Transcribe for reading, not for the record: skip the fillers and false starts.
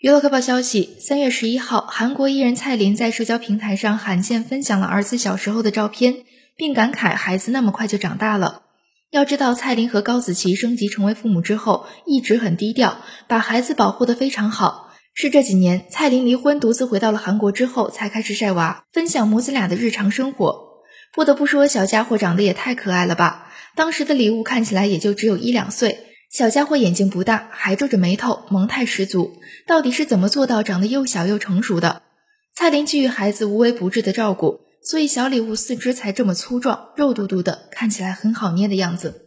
娱乐快报消息，3月11号，韩国艺人蔡琳在社交平台上罕见分享了儿子小时候的照片，并感慨孩子那么快就长大了。要知道，蔡琳和高子淇升级成为父母之后，一直很低调，把孩子保护得非常好。是这几年蔡琳离婚独自回到了韩国之后，才开始晒娃，分享母子俩的日常生活。不得不说，小家伙长得也太可爱了吧！当时的礼物看起来也就只有1-2岁。小家伙眼睛不大，还皱着眉头，萌态十足，到底是怎么做到长得又小又成熟的？蔡琳给予孩子无微不至的照顾，所以小礼物4只才这么粗壮，肉嘟嘟的，看起来很好捏的样子。